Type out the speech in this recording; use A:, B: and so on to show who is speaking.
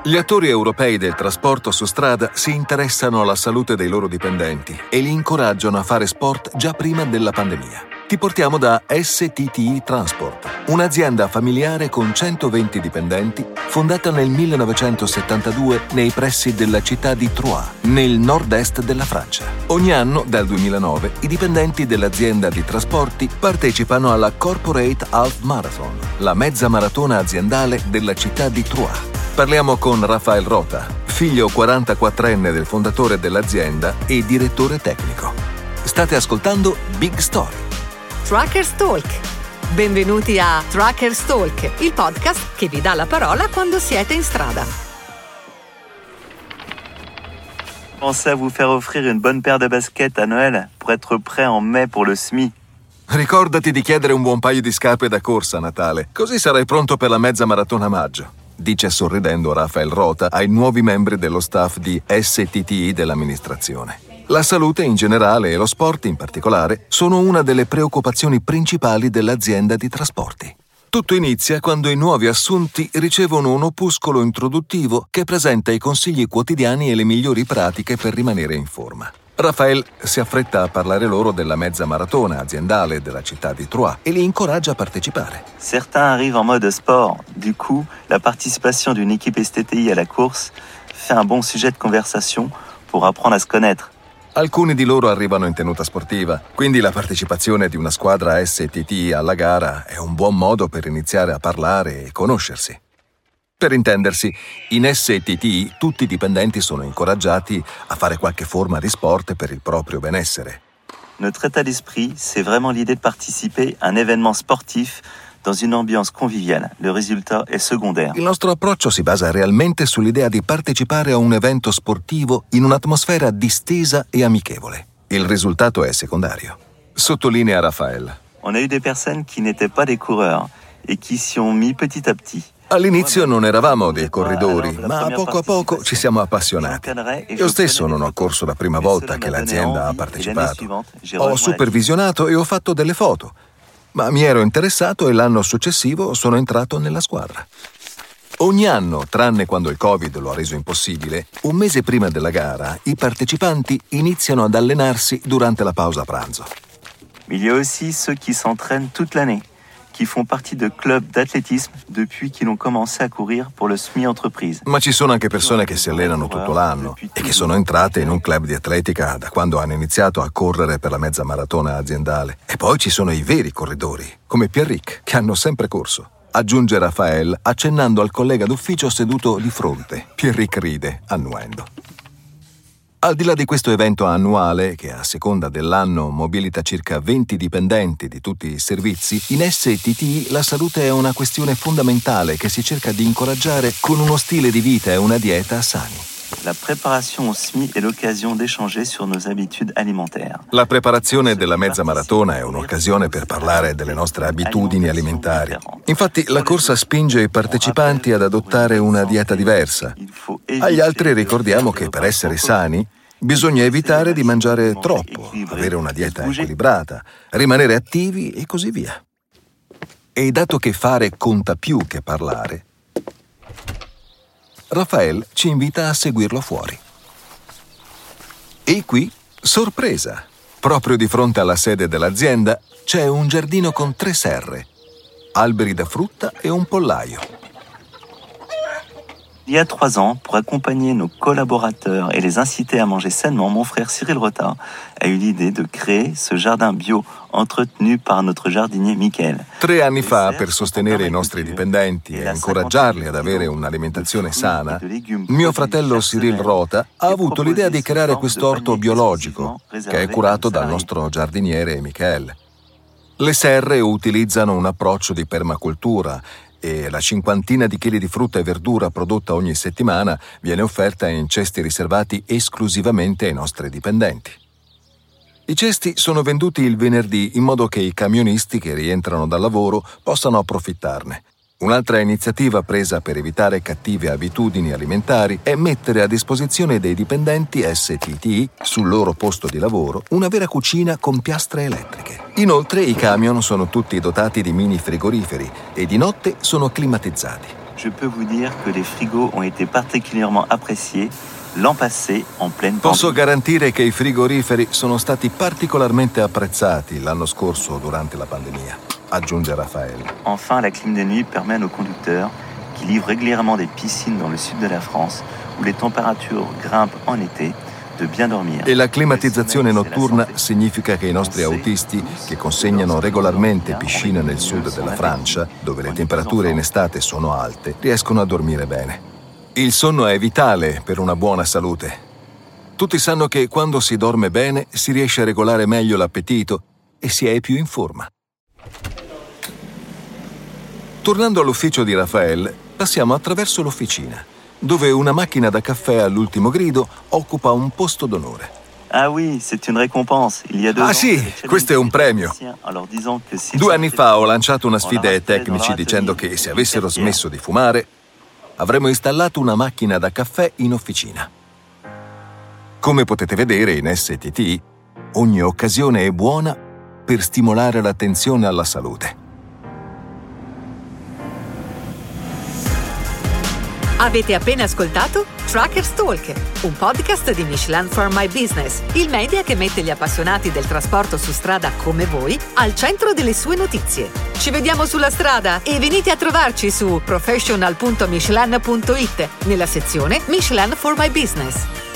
A: Gli attori europei del trasporto su strada si interessano alla salute dei loro dipendenti e li incoraggiano a fare sport già prima della pandemia. Ti portiamo da STTI Transport, un'azienda familiare con 120 dipendenti, fondata nel 1972 nei pressi della città di Troyes, nel nord-est della Francia. Ogni anno, dal 2009, i dipendenti dell'azienda di trasporti partecipano alla Corporate Half Marathon, la mezza maratona aziendale della città di Troyes. Parliamo con Rafael Rota, figlio 44enne del fondatore dell'azienda e direttore tecnico. State ascoltando Big Story.
B: Truckers Talk. Benvenuti a Truckers Talk, il podcast che vi dà la parola quando siete in strada.
C: Pensez à vous faire offrir une bonne paire de baskets à Noël pour être prêt en mai pour le SMI.
A: Ricordati di chiedere un buon paio di scarpe da corsa a Natale, così sarai pronto per la mezza maratona a maggio, dice sorridendo Rafael Rota ai nuovi membri dello staff di STTI dell'amministrazione. La salute in generale e lo sport in particolare sono una delle preoccupazioni principali dell'azienda di trasporti. Tutto inizia quando i nuovi assunti ricevono un opuscolo introduttivo che presenta i consigli quotidiani e le migliori pratiche per rimanere in forma. Rafael si affretta a parlare loro della mezza maratona aziendale della città di Troyes e li incoraggia a partecipare.
C: Certains arrivent en mode sport. Du coup, la participation d'une équipe STTI à la course fait un bon sujet de conversation pour apprendre à se connaître.
A: Alcuni di loro arrivano in tenuta sportiva, quindi la partecipazione di una squadra STTI alla gara è un buon modo per iniziare a parlare e conoscersi. Per intendersi, in STTI tutti i dipendenti sono incoraggiati a fare qualche forma di sport per il proprio benessere.
C: Notre état d'esprit, c'est vraiment l'idée de participer à un événement sportif dans une ambiance conviviale. Le résultat est secondaire.
A: Il nostro approccio si basa realmente sull'idea di partecipare a un evento sportivo in un'atmosfera distesa e amichevole. Il risultato è secondario, sottolinea Rafael.
C: On a eu des personnes qui n'étaient pas des coureurs et qui s'y ont mis petit à petit.
A: All'inizio non eravamo dei corridori, ma a poco ci siamo appassionati. Io stesso non ho corso la prima volta che l'azienda ha partecipato. Ho supervisionato e ho fatto delle foto, ma mi ero interessato e l'anno successivo sono entrato nella squadra. Ogni anno, tranne quando il Covid lo ha reso impossibile, un mese prima della gara, i partecipanti iniziano ad allenarsi durante la pausa pranzo.
C: Il y a aussi ceux qui s'entraînent toute l'année, qui font partie de clubs d'athlétisme depuis qu'ils ont commencé à courir pour le SMI entreprise.
A: Ma ci sono anche persone che si allenano tutto l'anno e che sono entrate in un club di atletica da quando hanno iniziato a correre per la mezza maratona aziendale. E poi ci sono i veri corridori, come Pierrick, che hanno sempre corso. Aggiunge Rafael accennando al collega d'ufficio seduto di fronte. Pierrick ride, annuendo. Al di là di questo evento annuale, che a seconda dell'anno mobilita circa 20 dipendenti di tutti i servizi, in STTI la salute è una questione fondamentale che si cerca di incoraggiare con uno stile di vita e una dieta sani.
C: La préparation au SMI est l'occasion d'échanger sur nos habitudes alimentaires.
A: La preparazione della mezza maratona è un'occasione per parlare delle nostre abitudini alimentari. Infatti, la corsa spinge i partecipanti ad adottare una dieta diversa. Agli altri ricordiamo che per essere sani bisogna evitare di mangiare troppo, avere una dieta equilibrata, rimanere attivi e così via. E dato che fare conta più che parlare, Rafael ci invita a seguirlo fuori. E qui, sorpresa! Proprio di fronte alla sede dell'azienda c'è un giardino con 3 serre, alberi da frutta e un pollaio.
C: Il y a 3 ans, pour accompagner nos collaborateurs et les inciter à manger sainement, mon frère Cyril Rota a eu l'idée de créer ce jardin bio entretenu par notre jardinier Michael.
A: 3 anni fa, per sostenere i nostri dipendenti e incoraggiarli ad avere un'alimentazione sana, mio fratello Cyril Rota ha avuto l'idea di creare quest'orto biologico, che è curato dal nostro giardiniere Michael. Le serre utilizzano un approccio di permacultura e la 50 di chili di frutta e verdura prodotta ogni settimana viene offerta in cesti riservati esclusivamente ai nostri dipendenti. I cesti sono venduti il venerdì in modo che i camionisti che rientrano dal lavoro possano approfittarne. Un'altra iniziativa presa per evitare cattive abitudini alimentari è mettere a disposizione dei dipendenti STTI, sul loro posto di lavoro, una vera cucina con piastre elettriche. Inoltre i camion sono tutti dotati di mini frigoriferi e di notte sono climatizzati.
C: Je peux vous dire que les frigos ont été particulièrement appréciés l'an passé en pleine
A: Posso
C: pandémie.
A: garantire che i frigoriferi sono stati particolarmente apprezzati l'anno scorso durante la pandemia, aggiunge Raphaël.
C: Enfin, la clim de nuit permet à nos conducteurs qui livrent régulièrement des piscines dans le sud de la France où les températures grimpent en été de bien dormir.
A: E la climatizzazione notturna significa che i nostri autisti, che consegnano regolarmente piscine nel sud della Francia, dove le temperature in estate sono alte, riescono a dormire bene. Il sonno è vitale per una buona salute. Tutti sanno che quando si dorme bene si riesce a regolare meglio l'appetito e si è più in forma. Tornando all'ufficio di Raphaël, passiamo attraverso l'officina, dove una macchina da caffè all'ultimo grido occupa un posto d'onore.
C: Ah oui, c'est une récompense. Il y a 2
A: Ah
C: ans,
A: sì,
C: j'avais
A: questo è un premio.
C: en leur disant que si
A: 2 anni fa ho lanciato una sfida ai tecnici dicendo che se avessero smesso di fumare, avremmo installato una macchina da caffè in officina. Come potete vedere in STT, ogni occasione è buona per stimolare l'attenzione alla salute.
B: Avete appena ascoltato Truckers Talk, un podcast di Michelin for My Business, il media che mette gli appassionati del trasporto su strada come voi al centro delle sue notizie. Ci vediamo sulla strada e venite a trovarci su professional.michelin.it nella sezione Michelin for My Business.